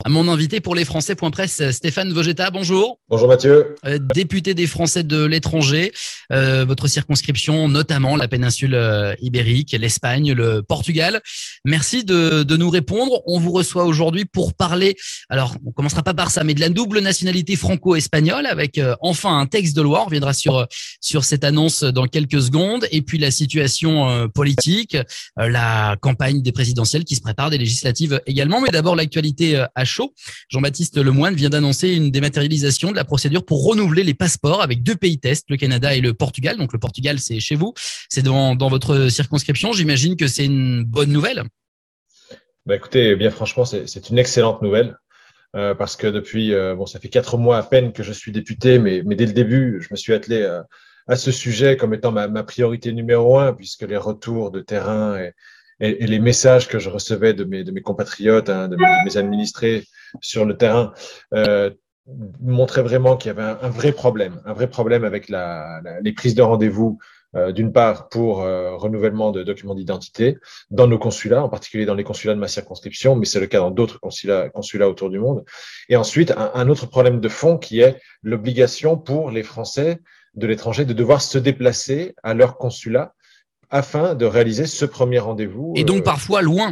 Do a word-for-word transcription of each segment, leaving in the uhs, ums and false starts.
Mon invité pour les Français point presse, Stéphane Vogetta, bonjour. Bonjour Mathieu. Euh, député des Français de l'étranger, euh, votre circonscription, notamment la péninsule euh, ibérique, l'Espagne, le Portugal. Merci de, de nous répondre. On vous reçoit aujourd'hui pour parler, alors on commencera pas par ça, mais de la double nationalité franco-espagnole avec euh, enfin un texte de loi. On reviendra sur, sur cette annonce dans quelques secondes. Et puis la situation euh, politique, euh, la campagne des présidentielles qui se prépare, des législatives également. Mais d'abord l'actualité euh, à chaud. Jean-Baptiste Lemoyne vient d'annoncer une dématérialisation de la procédure pour renouveler les passeports avec deux pays tests, le Canada et le Portugal. Donc le Portugal, c'est chez vous, c'est dans, dans votre circonscription. J'imagine que c'est une bonne nouvelle. Bah écoutez, bien franchement, c'est, c'est une excellente nouvelle euh, parce que depuis, euh, bon, ça fait quatre mois à peine que je suis député, mais, mais dès le début, je me suis attelé à, à ce sujet comme étant ma, ma priorité numéro un, puisque les retours de terrain et, et, et les messages que je recevais de mes, de mes compatriotes, hein, de, mes, de mes administrés sur le terrain, euh, montrait vraiment qu'il y avait un, un vrai problème, un vrai problème avec la, la, les prises de rendez-vous, euh, d'une part pour euh, renouvellement de documents d'identité dans nos consulats, en particulier dans les consulats de ma circonscription, mais c'est le cas dans d'autres consulats, consulats autour du monde. Et ensuite, un, un autre problème de fond qui est l'obligation pour les Français de l'étranger de devoir se déplacer à leur consulat afin de réaliser ce premier rendez-vous. Et donc euh, parfois loin.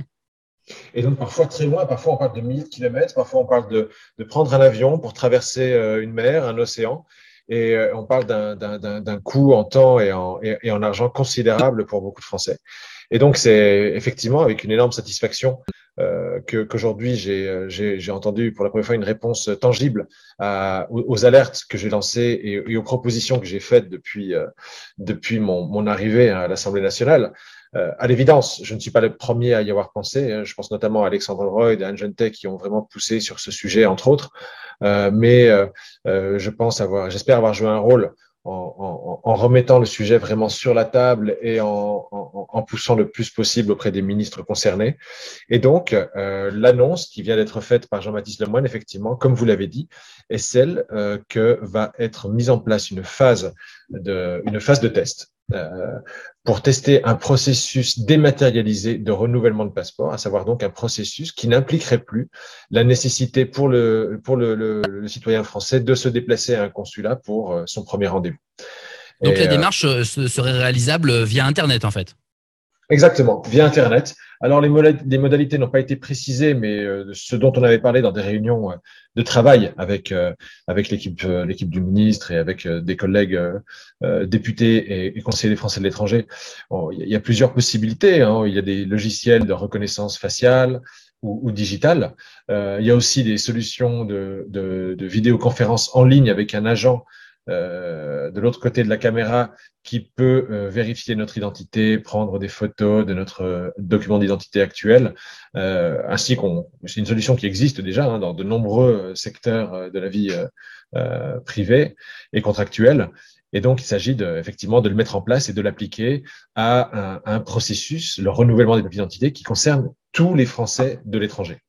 Et donc, parfois très loin, parfois on parle de milliers de kilomètres, parfois on parle de, de prendre un avion pour traverser euh, une mer, un océan. Et euh, on parle d'un, d'un, d'un, d'un coût en temps et en, et, et en argent considérable pour beaucoup de Français. Et donc, c'est effectivement avec une énorme satisfaction euh, que, qu'aujourd'hui, j'ai, j'ai, j'ai entendu pour la première fois une réponse tangible à, aux, aux alertes que j'ai lancées et, et aux propositions que j'ai faites depuis, euh, depuis mon, mon arrivée à l'Assemblée nationale. Euh, à l'évidence, je ne suis pas le premier à y avoir pensé. Je pense notamment à Alexandre Royd et Anne Genetet qui ont vraiment poussé sur ce sujet, entre autres. Euh, mais euh, euh, je pense avoir, j'espère avoir joué un rôle en, en, en remettant le sujet vraiment sur la table et en, en, en poussant le plus possible auprès des ministres concernés. Et donc, euh, l'annonce qui vient d'être faite par Jean-Baptiste Lemoyne, effectivement, comme vous l'avez dit, est celle euh, que va être mise en place une phase de, une phase de test. Euh, pour tester un processus dématérialisé de renouvellement de passeport, à savoir donc un processus qui n'impliquerait plus la nécessité pour le pour le, le, le citoyen français de se déplacer à un consulat pour euh, son premier rendez-vous. Donc Et, la euh, démarche euh, serait réalisable via Internet en fait. Exactement, via Internet. Alors, les, moda- les modalités n'ont pas été précisées, mais euh, ce dont on avait parlé dans des réunions euh, de travail avec euh, avec l'équipe euh, l'équipe du ministre et avec euh, des collègues euh, euh, députés et, et conseillers français de l'étranger, bon, il y, a- il y a plusieurs possibilités, hein. Il y a des logiciels de reconnaissance faciale ou, ou digitale. Euh, il y a aussi des solutions de, de, de vidéoconférence en ligne avec un agent euh, de l'autre côté de la caméra qui peut euh, vérifier notre identité, prendre des photos de notre euh, document d'identité actuel, euh, ainsi qu'on, c'est une solution qui existe déjà hein, dans de nombreux secteurs euh, de la vie euh, euh, privée et contractuelle. Et donc, il s'agit de, effectivement de le mettre en place et de l'appliquer à un, à un processus, le renouvellement des papiers d'identité, qui concerne tous les Français de l'étranger.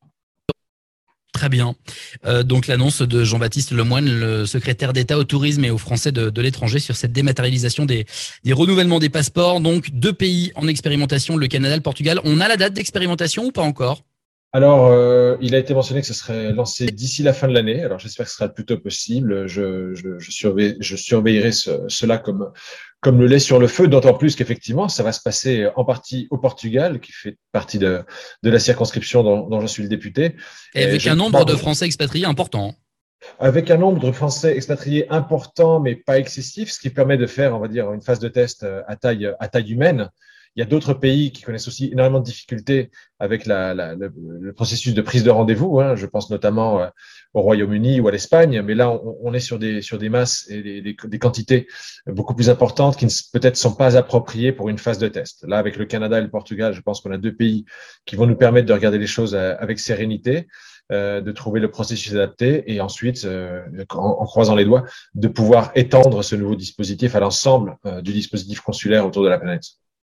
Très bien. Euh, donc l'annonce de Jean-Baptiste Lemoyne, le secrétaire d'État au tourisme et aux Français de, de l'étranger sur cette dématérialisation des, des renouvellements des passeports. Donc deux pays en expérimentation, le Canada, le Portugal. On a la date d'expérimentation ou pas encore? Alors, euh, il a été mentionné que ce serait lancé d'ici la fin de l'année. Alors, j'espère que ce sera le plus tôt possible. Je, je, je, surveille, je surveillerai ce, cela comme, comme le lait sur le feu, d'autant plus qu'effectivement, ça va se passer en partie au Portugal, qui fait partie de, de la circonscription dont, dont je suis le député. Et Et avec je un nombre crois, de Français expatriés important. avec un nombre de Français expatriés important, mais pas excessif, ce qui permet de faire, on va dire, une phase de test à taille, à taille humaine. Il y a d'autres pays qui connaissent aussi énormément de difficultés avec la, la, le, le processus de prise de rendez-vous. Hein. Je pense notamment euh, au Royaume-Uni ou à l'Espagne, mais là, on, on est sur des, sur des masses et des, des, des quantités beaucoup plus importantes qui ne, peut-être sont pas appropriées pour une phase de test. Là, avec le Canada et le Portugal, je pense qu'on a deux pays qui vont nous permettre de regarder les choses avec sérénité, euh, de trouver le processus adapté et ensuite, euh, en, en croisant les doigts, de pouvoir étendre ce nouveau dispositif à l'ensemble euh, du dispositif consulaire autour de la planète.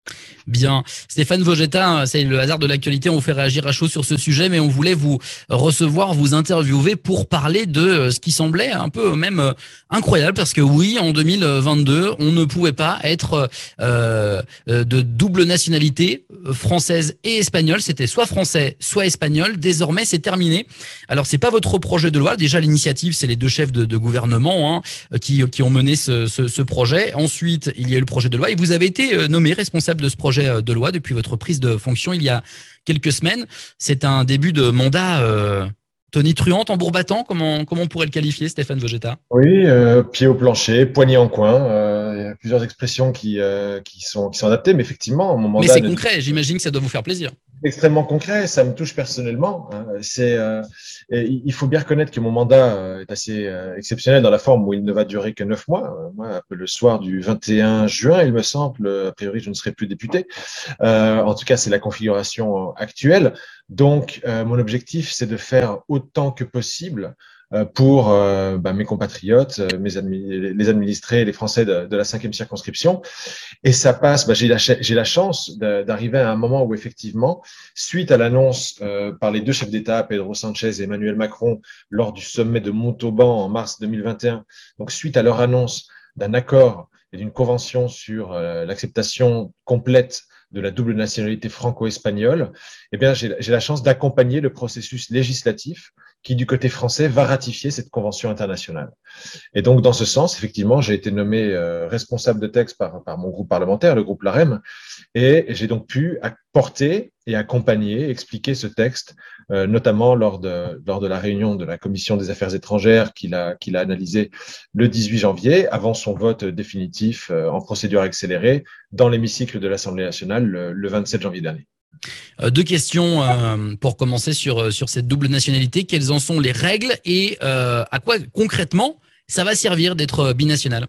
Bien. Stéphane Vogetta, c'est le hasard de l'actualité, on vous fait réagir à chaud sur ce sujet, mais on voulait vous recevoir, vous interviewer pour parler de ce qui semblait un peu même incroyable, parce que oui, en deux mille vingt-deux, on ne pouvait pas être euh, de double nationalité, française et espagnole. C'était soit français, soit espagnol. Désormais, c'est terminé. Alors, c'est pas votre projet de loi. Déjà, l'initiative, c'est les deux chefs de, de gouvernement hein, qui, qui ont mené ce, ce, ce projet. Ensuite, il y a eu le projet de loi et vous avez été nommé responsable de ce projet de loi depuis votre prise de fonction il y a quelques semaines. C'est un début de mandat euh, tonitruant, tambour-battant, comment, comment on pourrait le qualifier, Stéphane Vogetta? Oui, euh, pied au plancher, poignet en coin. Euh, il y a plusieurs expressions qui, euh, qui, sont, qui sont adaptées, mais effectivement, mon Mais mandat c'est ne concret, j'imagine que ça doit vous faire plaisir. extrêmement concret, ça me touche personnellement. Hein. C'est, euh, et il faut bien reconnaître que mon mandat euh, est assez euh, exceptionnel dans la forme où il ne va durer que neuf mois. Euh, moi, un peu le soir du vingt et un juin, il me semble, a priori, je ne serai plus député. Euh, en tout cas, c'est la configuration actuelle. Donc, euh, mon objectif, c'est de faire autant que possible pour euh, bah, mes compatriotes, mes admi les administrés, les Français de, de la cinquième circonscription. Et ça passe, bah, j'ai la, j'ai la chance d'arriver à un moment où effectivement, suite à l'annonce euh, par les deux chefs d'État, Pedro Sanchez et Emmanuel Macron, lors du sommet de Montauban en mars deux mille vingt et un, donc suite à leur annonce d'un accord et d'une convention sur euh, l'acceptation complète de la double nationalité franco-espagnole, eh bien, j'ai la chance d'accompagner le processus législatif qui, du côté français, va ratifier cette convention internationale. Et donc, dans ce sens, effectivement, j'ai été nommé euh, responsable de texte par, par mon groupe parlementaire, le groupe LAREM, et j'ai donc pu porter et accompagner, expliquer ce texte, euh, notamment lors de, lors de la réunion de la Commission des Affaires étrangères qu'il a, qu'il a analysé le dix-huit janvier, avant son vote définitif euh, en procédure accélérée dans l'hémicycle de l'Assemblée nationale le, le vingt-sept janvier dernier. Euh, deux questions euh, pour commencer sur, sur cette double nationalité. Quelles en sont les règles et euh, à quoi concrètement ça va servir d'être binational?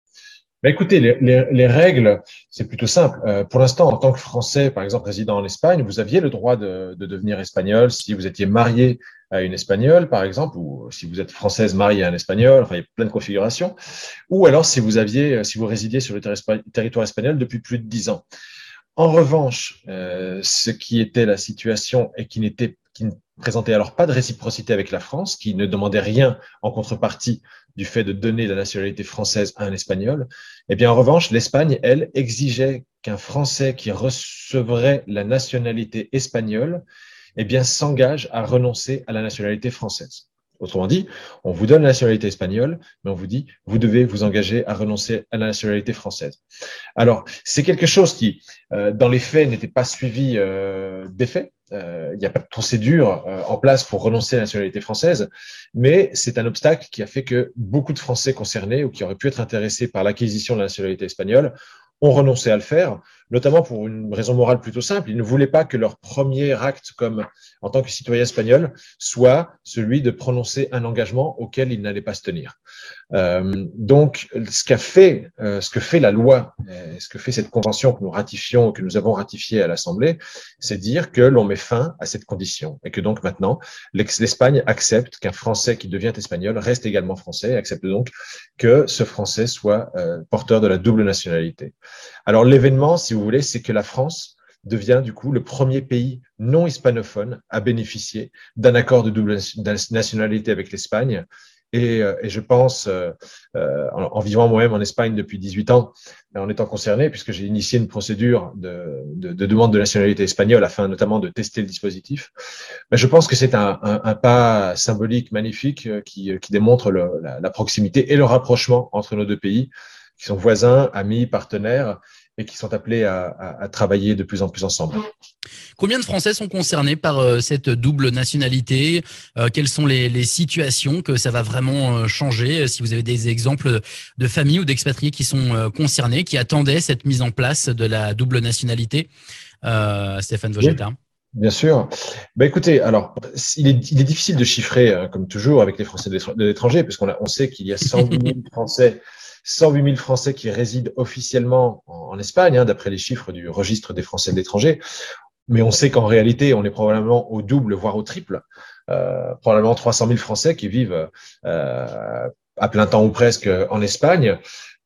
Bah écoutez, les, les, les règles, c'est plutôt simple. Euh, pour l'instant, en tant que Français, par exemple, résident en Espagne, vous aviez le droit de, de devenir espagnol si vous étiez marié à une Espagnole, par exemple, ou si vous êtes française mariée à un Espagnol, enfin, il y a plein de configurations. Ou alors si vous aviez, si vous résidiez sur le territoire espagnol depuis plus de dix ans. En revanche, euh, ce qui était la situation et qui n'était, qui ne présentait alors pas de réciprocité avec la France, qui ne demandait rien en contrepartie du fait de donner la nationalité française à un Espagnol, eh bien, en revanche, l'Espagne, elle, exigeait qu'un Français qui recevrait la nationalité espagnole, eh bien, s'engage à renoncer à la nationalité française. Autrement dit, on vous donne la nationalité espagnole, mais on vous dit, vous devez vous engager à renoncer à la nationalité française. Alors, c'est quelque chose qui, euh, dans les faits, n'était pas suivi euh, des faits. Euh, il n'y a pas de procédure euh, en place pour renoncer à la nationalité française, mais c'est un obstacle qui a fait que beaucoup de Français concernés ou qui auraient pu être intéressés par l'acquisition de la nationalité espagnole ont renoncé à le faire, notamment pour une raison morale plutôt simple. Ils ne voulaient pas que leur premier acte comme en tant que citoyen espagnol soit celui de prononcer un engagement auquel ils n'allaient pas se tenir. Euh, donc, ce qu'a fait, euh, ce que fait la loi, euh, ce que fait cette convention que nous ratifions, que nous avons ratifiée à l'Assemblée, c'est dire que l'on met fin à cette condition et que donc maintenant, l'Espagne accepte qu'un Français qui devient espagnol reste également français et accepte donc que ce Français soit euh, porteur de la double nationalité. Alors, l'événement, si vous voulez, c'est que la France devient du coup le premier pays non hispanophone à bénéficier d'un accord de double nationalité avec l'Espagne. Et, et je pense, euh, en, en vivant moi-même en Espagne depuis dix-huit ans, en étant concerné, puisque j'ai initié une procédure de, de, de demande de nationalité espagnole afin notamment de tester le dispositif, ben je pense que c'est un, un, un pas symbolique magnifique qui, qui démontre le, la, la proximité et le rapprochement entre nos deux pays, qui sont voisins, amis, partenaires, et qui sont appelés à, à, à travailler de plus en plus ensemble. Combien de Français sont concernés par euh, cette double nationalité? euh, Quelles sont les, les situations que ça va vraiment euh, changer? Si vous avez des exemples de familles ou d'expatriés qui sont euh, concernés, qui attendaient cette mise en place de la double nationalité, euh, Stéphane Vogetta. Oui. Bien sûr. Ben écoutez, alors il est, il est difficile de chiffrer, hein, comme toujours, avec les Français de l'étranger, puisqu'on a, on sait qu'il y a cent huit mille Français, cent huit mille Français qui résident officiellement en, en Espagne, hein, d'après les chiffres du registre des Français de l'étranger. Mais on sait qu'en réalité, on est probablement au double, voire au triple. Euh, probablement trois cent mille Français qui vivent euh, à plein temps ou presque en Espagne.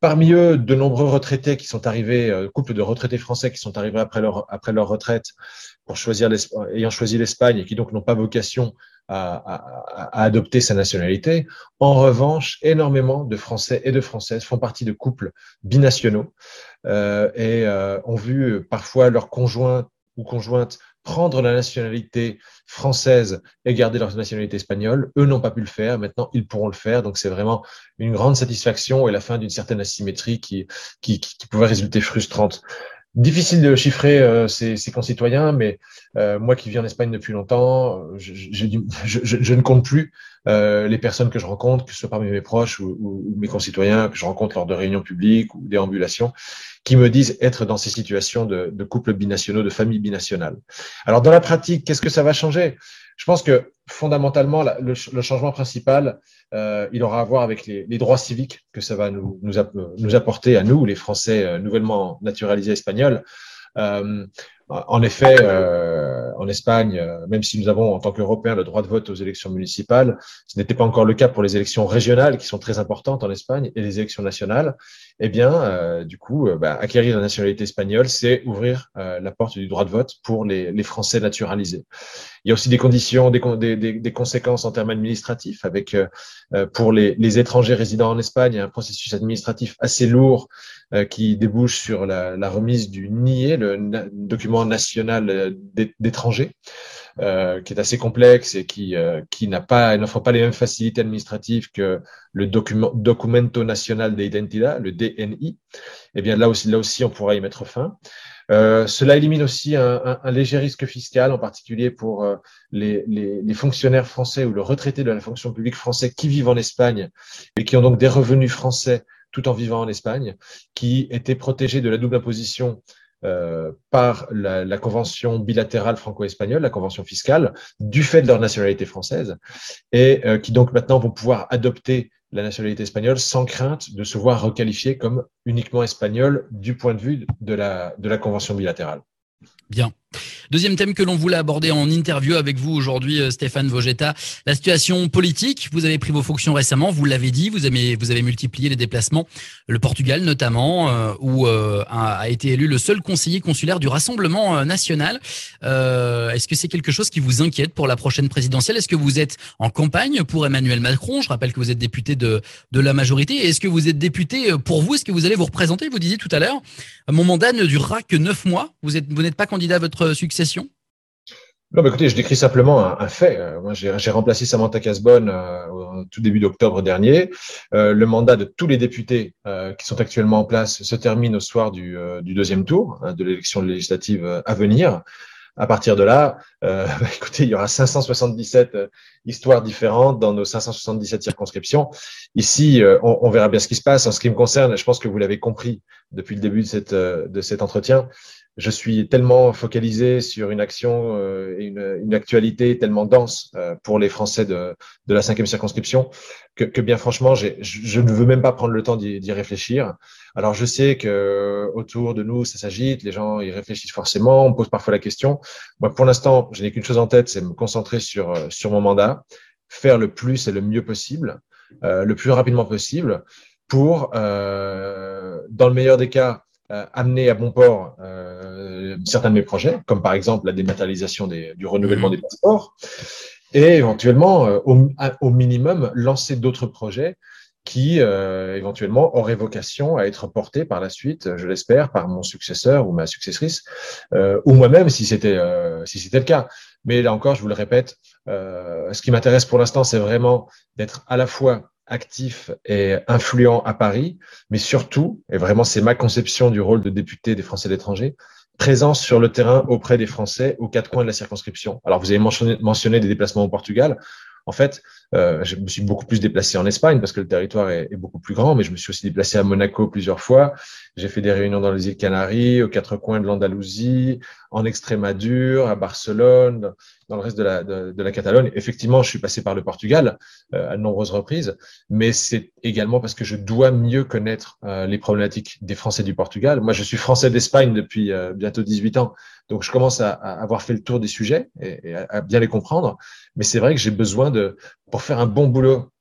Parmi eux, de nombreux retraités qui sont arrivés, euh, couples de retraités français qui sont arrivés après leur, après leur retraite pour choisir ayant choisi l'Espagne et qui donc n'ont pas vocation à, à, à adopter sa nationalité. En revanche, énormément de Français et de Françaises font partie de couples binationaux euh, et euh, ont vu parfois leurs conjoints ou conjointes prendre la nationalité française et garder leur nationalité espagnole. Eux n'ont pas pu le faire. Maintenant, ils pourront le faire. Donc, c'est vraiment une grande satisfaction et la fin d'une certaine asymétrie qui, qui, qui, qui pouvait résulter frustrante. Difficile de chiffrer euh, ses, ses concitoyens, mais euh, moi qui vis en Espagne depuis longtemps, je, je, je, je, je ne compte plus euh, les personnes que je rencontre, que ce soit parmi mes proches ou, ou, ou mes concitoyens que je rencontre lors de réunions publiques ou déambulations, qui me disent être dans ces situations de, de couples binationaux, de familles binationales. Alors dans la pratique, qu'est-ce que ça va changer? Je pense que fondamentalement, la, le, le changement principal, euh, il aura à voir avec les, les droits civiques que ça va nous, nous, nous apporter à nous, les Français euh, nouvellement naturalisés espagnols. Euh, en effet, euh, en Espagne, euh, même si nous avons en tant qu'Européens le droit de vote aux élections municipales, ce n'était pas encore le cas pour les élections régionales qui sont très importantes en Espagne et les élections nationales. Eh bien, euh, du coup, euh, bah, acquérir la nationalité espagnole, c'est ouvrir euh, la porte du droit de vote pour les, les Français naturalisés. Il y a aussi des conditions, des, des, des conséquences en termes administratifs avec, euh, pour les, les étrangers résidant en Espagne, il y a un processus administratif assez lourd euh, qui débouche sur la, la remise du N I E, le na document national d'étrangers, euh, qui est assez complexe et qui, euh, qui n'a pas, n'offre pas les mêmes facilités administratives que le document, Documento Nacional de Identidad, le D N I. Eh bien, là aussi, là aussi, on pourra y mettre fin. Euh, cela élimine aussi un, un, un léger risque fiscal, en particulier pour euh, les, les, les fonctionnaires français ou le retraité de la fonction publique français qui vivent en Espagne et qui ont donc des revenus français tout en vivant en Espagne, qui étaient protégés de la double imposition euh, par la, la convention bilatérale franco-espagnole, la convention fiscale, du fait de leur nationalité française, et euh, qui donc maintenant vont pouvoir adopter la nationalité espagnole sans crainte de se voir requalifié comme uniquement espagnol du point de vue de la, de la convention bilatérale. Bien. Deuxième thème que l'on voulait aborder en interview avec vous aujourd'hui, Stéphane Vogetta, la situation politique. Vous avez pris vos fonctions récemment, vous l'avez dit, vous avez, vous avez multiplié les déplacements. Le Portugal notamment, euh, où euh, a, a été élu le seul conseiller consulaire du Rassemblement national. Euh, Est-ce que c'est quelque chose qui vous inquiète pour la prochaine présidentielle? Est-ce que vous êtes en campagne pour Emmanuel Macron? Je rappelle que vous êtes député de, de la majorité. Est-ce que vous êtes député pour vous? Est-ce que vous allez vous représenter? Vous disiez tout à l'heure, mon mandat ne durera que neuf mois. Vous êtes, vous n'êtes pas candidat à votre succession? Non, mais écoutez, je décris simplement un, un fait. Euh, moi, j'ai remplacé Samantha Cazbonne euh, au tout début d'octobre dernier. Euh, le mandat de tous les députés euh, qui sont actuellement en place se termine au soir du, euh, du deuxième tour hein, de l'élection législative à venir. À partir de là, euh, bah, écoutez, il y aura cinq cent soixante-dix-sept euh, histoires différentes dans nos cinq cent soixante-dix-sept circonscriptions. Ici, euh, on, on verra bien ce qui se passe. En ce qui me concerne, je pense que vous l'avez compris depuis le début de, cette, euh, de cet entretien, je suis tellement focalisé sur une action euh, et une, une actualité tellement dense euh, pour les Français de, de la cinquième circonscription que, que bien franchement, je, je ne veux même pas prendre le temps d'y réfléchir. Alors, je sais que autour de nous, ça s'agite, les gens y réfléchissent forcément, on me pose parfois la question. Moi, pour l'instant, je n'ai qu'une chose en tête, c'est me concentrer sur sur mon mandat, faire le plus et le mieux possible, euh, le plus rapidement possible, pour, euh, dans le meilleur des cas, euh, amener à bon port euh, certains de mes projets, comme par exemple la dématérialisation des, du renouvellement mmh. des passeports, et éventuellement, euh, au, au minimum, lancer d'autres projets qui euh, éventuellement auraient vocation à être portés par la suite, je l'espère, par mon successeur ou ma successrice, euh, ou moi-même si c'était euh, si c'était le cas. Mais là encore, je vous le répète, euh, ce qui m'intéresse pour l'instant, c'est vraiment d'être à la fois actif et influent à Paris, mais surtout, et vraiment c'est ma conception du rôle de député des Français de l'étranger, présence sur le terrain auprès des Français aux quatre coins de la circonscription. Alors vous avez mentionné, mentionné des déplacements au Portugal. En fait, euh, je me suis beaucoup plus déplacé en Espagne parce que le territoire est, est beaucoup plus grand, mais je me suis aussi déplacé à Monaco plusieurs fois. J'ai fait des réunions dans les îles Canaries, aux quatre coins de l'Andalousie, en Extrémadure, à Barcelone, dans le reste de la, de, de la Catalogne. Effectivement, je suis passé par le Portugal euh, à de nombreuses reprises, mais c'est également parce que je dois mieux connaître euh, les problématiques des Français du Portugal. Moi, je suis Français d'Espagne depuis euh, bientôt dix-huit ans, donc je commence à, à avoir fait le tour des sujets et, et à, à bien les comprendre. Mais c'est vrai que j'ai besoin de, pour faire un bon boulot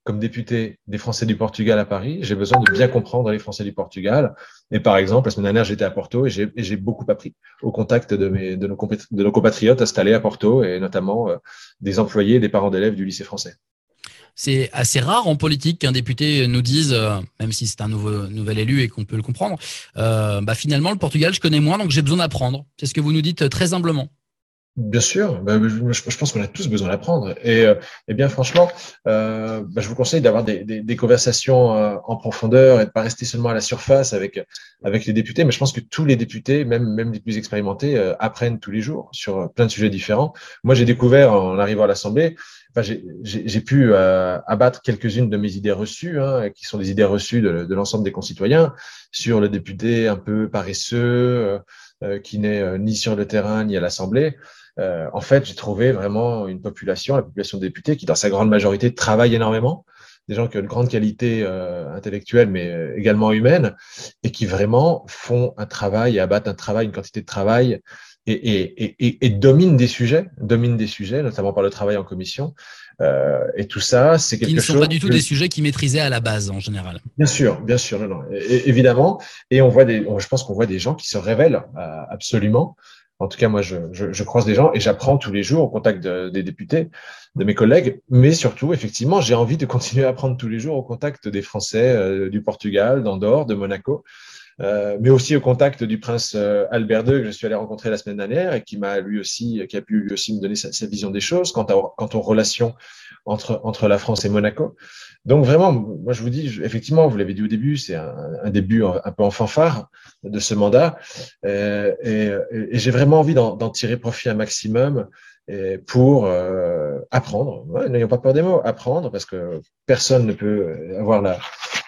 comme député des Français du Portugal à Paris, j'ai besoin de bien comprendre les Français du Portugal. Et par exemple, la semaine dernière, j'étais à Porto et j'ai, et j'ai beaucoup appris au contact de, mes, de, nos, de nos compatriotes installés à Porto et notamment euh, des employés et des parents d'élèves du lycée français. C'est assez rare en politique qu'un député nous dise, euh, même si c'est un nouveau, nouvel élu et qu'on peut le comprendre, euh, bah finalement, le Portugal, je connais moins, donc j'ai besoin d'apprendre. C'est ce que vous nous dites très humblement. Bien sûr, bah, je, je pense qu'on a tous besoin d'apprendre. Et, euh, et bien franchement, euh, bah, je vous conseille d'avoir des, des, des conversations euh, en profondeur et de pas rester seulement à la surface avec avec les députés. Mais je pense que tous les députés, même même les plus expérimentés, euh, apprennent tous les jours sur plein de sujets différents. Moi, j'ai découvert en arrivant à l'Assemblée, enfin, j'ai, j'ai, j'ai pu euh, abattre quelques-unes de mes idées reçues, hein, qui sont des idées reçues de, de l'ensemble des concitoyens sur le député un peu paresseux, euh, qui n'est euh, ni sur le terrain ni à l'Assemblée. Euh, en fait, j'ai trouvé vraiment une population, la population de députés, qui dans sa grande majorité travaille énormément, des gens qui ont une grande qualité euh, intellectuelle, mais également humaine, et qui vraiment font un travail et abattent un travail, une quantité de travail, et, et, et, et, et dominent des sujets, dominent des sujets, notamment par le travail en commission. Euh, et tout ça, c'est quelque chose... Qui ne sont pas du tout que... des sujets qu'ils maîtrisaient à la base, en général. Bien sûr, bien sûr, non, non, et, évidemment. Et on voit des, on, je pense qu'on voit des gens qui se révèlent euh, absolument. En tout cas, moi, je, je, je croise des gens et j'apprends tous les jours au contact de, des députés, de mes collègues. Mais surtout, effectivement, j'ai envie de continuer à apprendre tous les jours au contact des Français euh, du Portugal, d'Andorre, de Monaco, euh, mais aussi au contact du prince euh, Albert deux que je suis allé rencontrer la semaine dernière et qui m'a lui aussi, qui a pu lui aussi me donner sa, sa vision des choses quant, à, quant aux relations entre entre la France et Monaco. Donc vraiment, moi je vous dis, je, effectivement, vous l'avez dit au début, c'est un, un début un peu en fanfare de ce mandat, euh, et, et j'ai vraiment envie d'en, d'en tirer profit un maximum et pour euh, apprendre. Ouais, n'ayons pas peur des mots, apprendre, parce que personne ne peut avoir la,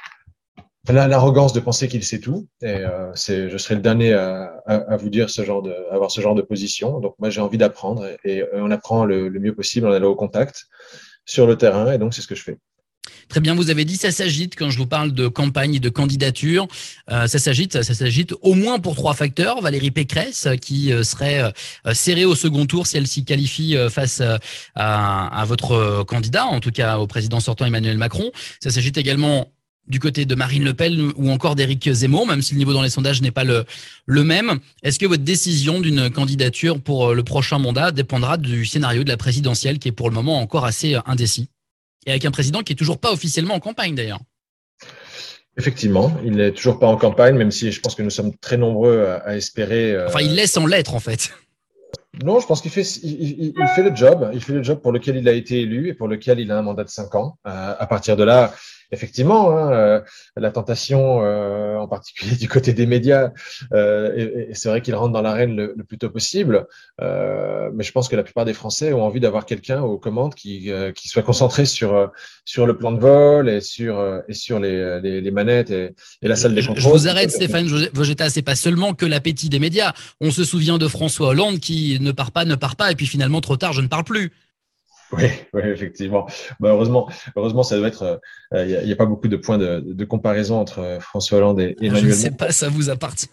la l'arrogance de penser qu'il sait tout. Et euh, c'est, je serai le dernier à, à, à vous dire ce genre de, avoir ce genre de position. Donc moi j'ai envie d'apprendre et, et on apprend le, le mieux possible en allant au contact sur le terrain, et donc c'est ce que je fais. Très bien, vous avez dit ça s'agite quand je vous parle de campagne et de candidature. Euh, ça s'agite, ça s'agite au moins pour trois facteurs. Valérie Pécresse qui euh, serait euh, serrée au second tour si elle s'y qualifie euh, face euh, à, à votre candidat, en tout cas au président sortant Emmanuel Macron. Ça s'agite également du côté de Marine Le Pen ou encore d'Éric Zemmour, même si le niveau dans les sondages n'est pas le, le même. Est-ce que votre décision d'une candidature pour le prochain mandat dépendra du scénario de la présidentielle qui est pour le moment encore assez indécis? Et avec un président qui est toujours pas officiellement en campagne d'ailleurs. Effectivement, il n'est toujours pas en campagne, même si je pense que nous sommes très nombreux à, à espérer. Euh... Enfin, il laisse en lettres en fait. Non, je pense qu'il fait, il, il, il fait le job. Il fait le job pour lequel il a été élu et pour lequel il a un mandat de cinq ans. Euh, à partir de là, effectivement, hein, euh, la tentation, euh, en particulier du côté des médias, euh, et, et c'est vrai qu'il rentre dans l'arène le, le plus tôt possible. Euh, mais je pense que la plupart des Français ont envie d'avoir quelqu'un aux commandes qui, euh, qui soit concentré sur sur le plan de vol et sur euh, et sur les, les, les manettes et, et la salle des contrôles. Je vous arrête, Stéphane Vojetta, c'est pas seulement que l'appétit des médias. On se souvient de François Hollande qui ne part pas, ne part pas, et puis finalement trop tard, je ne parle plus. Oui, oui, effectivement. Bah, heureusement, heureusement, ça doit être. Il euh, n'y a, a pas beaucoup de points de, de comparaison entre François Hollande et Emmanuel Macron. Je ne sais pas, ça vous appartient.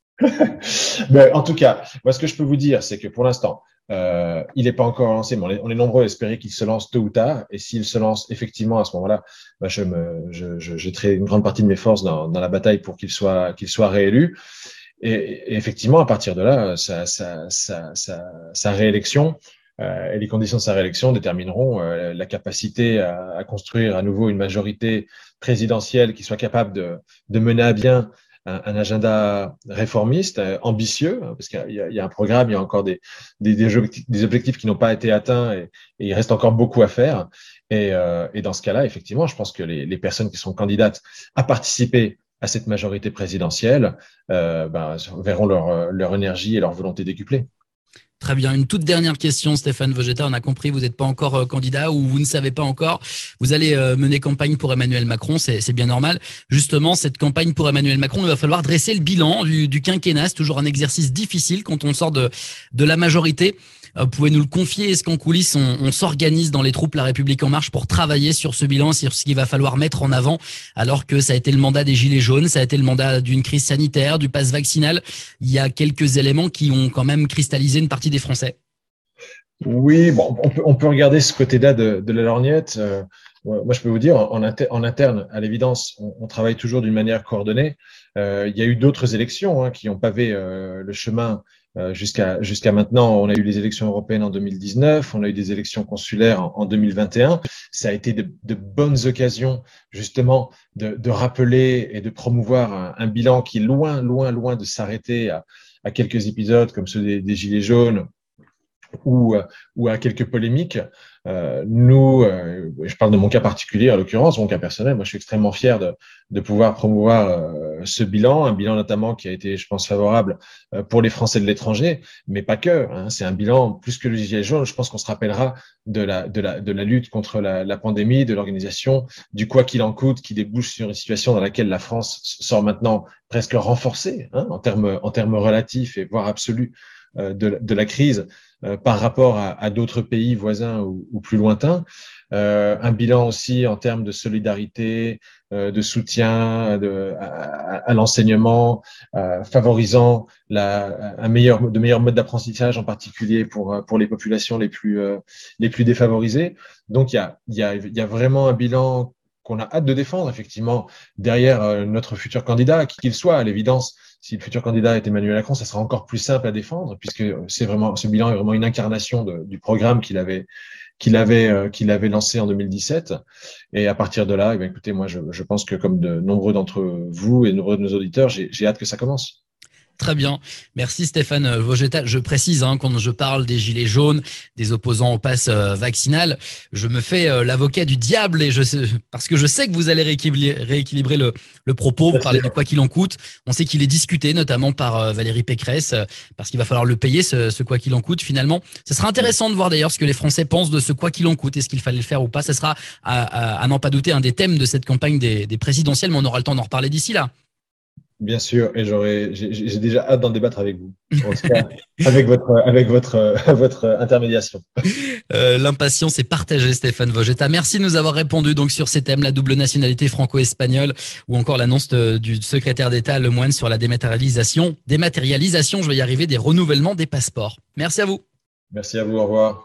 Mais en tout cas, moi, ce que je peux vous dire, c'est que pour l'instant, euh, il n'est pas encore lancé, mais on est, on est nombreux à espérer qu'il se lance tôt ou tard. Et s'il se lance effectivement à ce moment-là, bah, je me, je, je jetterai une grande partie de mes forces dans, dans la bataille pour qu'il soit, qu'il soit réélu. Et, et effectivement, à partir de là, sa, sa, sa, sa, sa réélection. Euh, et les conditions de sa réélection détermineront euh, la capacité à, à construire à nouveau une majorité présidentielle qui soit capable de, de mener à bien un, un agenda réformiste, euh, ambitieux, hein, parce qu'il y a, il y a un programme, il y a encore des, des, des, objectifs, des objectifs qui n'ont pas été atteints et, et il reste encore beaucoup à faire. Et, euh, et dans ce cas-là, effectivement, je pense que les, les personnes qui sont candidates à participer à cette majorité présidentielle euh, ben, verront leur, leur énergie et leur volonté décuplée. Très bien. Une toute dernière question, Stéphane Vojetta. On a compris, vous n'êtes pas encore euh, candidat ou vous ne savez pas encore. Vous allez euh, mener campagne pour Emmanuel Macron, c'est, c'est bien normal. Justement, cette campagne pour Emmanuel Macron, il va falloir dresser le bilan du, du quinquennat. C'est toujours un exercice difficile quand on sort de, de la majorité. Euh, vous pouvez nous le confier? Est-ce qu'en coulisses, on, on s'organise dans les troupes La République En Marche pour travailler sur ce bilan, sur ce qu'il va falloir mettre en avant, alors que ça a été le mandat des Gilets jaunes, ça a été le mandat d'une crise sanitaire, du pass vaccinal. Il y a quelques éléments qui ont quand même cristallisé une partie des Français. Oui, bon, on peut, on peut regarder ce côté-là de, de la lorgnette. Euh, moi, je peux vous dire, en, inter, en interne, à l'évidence, on, on travaille toujours d'une manière coordonnée. Euh, il y a eu d'autres élections hein, qui ont pavé euh, le chemin euh, jusqu'à jusqu'à maintenant. On a eu les élections européennes en deux mille dix-neuf, on a eu des élections consulaires en, en deux mille vingt et un. Ça a été de, de bonnes occasions, justement, de, de rappeler et de promouvoir un, un bilan qui est loin, loin, loin de s'arrêter à, à quelques épisodes comme ceux des, des Gilets jaunes ou, ou à quelques polémiques. Euh, nous, euh, je parle de mon cas particulier, en l'occurrence, mon cas personnel. Moi, je suis extrêmement fier de, de pouvoir promouvoir euh, ce bilan, un bilan notamment qui a été, je pense, favorable euh, pour les Français de l'étranger, mais pas que. Hein, c'est un bilan plus que le gilet jaune. Je pense qu'on se rappellera de la, de la, de la lutte contre la, la pandémie, de l'organisation, du quoi qu'il en coûte, qui débouche sur une situation dans laquelle la France sort maintenant presque renforcée hein, en termes en termes relatifs et voire absolus euh, de, de la crise. Euh, par rapport à, à d'autres pays voisins ou, ou plus lointains. Euh, un bilan aussi en termes de solidarité, euh, de soutien de, à, à l'enseignement, euh, favorisant la, un meilleur, de meilleurs modes d'apprentissage, en particulier pour, pour les populations les plus, euh, les plus défavorisées. Donc, il y a, il y a, il y a vraiment un bilan qu'on a hâte de défendre, effectivement, derrière euh, notre futur candidat, qui qu'il soit, à l'évidence. Si le futur candidat est Emmanuel Macron, ça sera encore plus simple à défendre, puisque c'est vraiment, ce bilan est vraiment une incarnation de, du programme qu'il avait, qu'il avait, euh, qu'il avait lancé en deux mille dix-sept. Et à partir de là, eh bien, écoutez, moi, je, je pense que comme de nombreux d'entre vous et de nombreux de nos auditeurs, j'ai, j'ai hâte que ça commence. Très bien. Merci Stéphane Vogetta. Je précise, hein, quand je parle des gilets jaunes, des opposants au pass euh, vaccinal, je me fais euh, l'avocat du diable et je sais, parce que je sais que vous allez rééquilibrer, rééquilibrer le, le propos. Vous parlez du quoi qu'il en coûte. On sait qu'il est discuté, notamment par euh, Valérie Pécresse, euh, parce qu'il va falloir le payer, ce, ce quoi qu'il en coûte. Finalement, ce sera intéressant de voir d'ailleurs ce que les Français pensent de ce quoi qu'il en coûte. Est-ce qu'il fallait le faire ou pas? Ce sera, à, à, à n'en pas douter, un des thèmes de cette campagne des, des présidentielles, mais on aura le temps d'en reparler d'ici là. Bien sûr, et j'aurais, j'ai, j'ai déjà hâte d'en débattre avec vous. En tout cas, avec votre, avec votre, votre intermédiation. Euh, l'impatience est partagée, Stéphane Vogetta. Merci de nous avoir répondu donc sur ces thèmes, la double nationalité franco-espagnole ou encore l'annonce de, du secrétaire d'État Lemoine sur la dématérialisation, dématérialisation, je vais y arriver, des renouvellements des passeports. Merci à vous. Merci à vous, au revoir.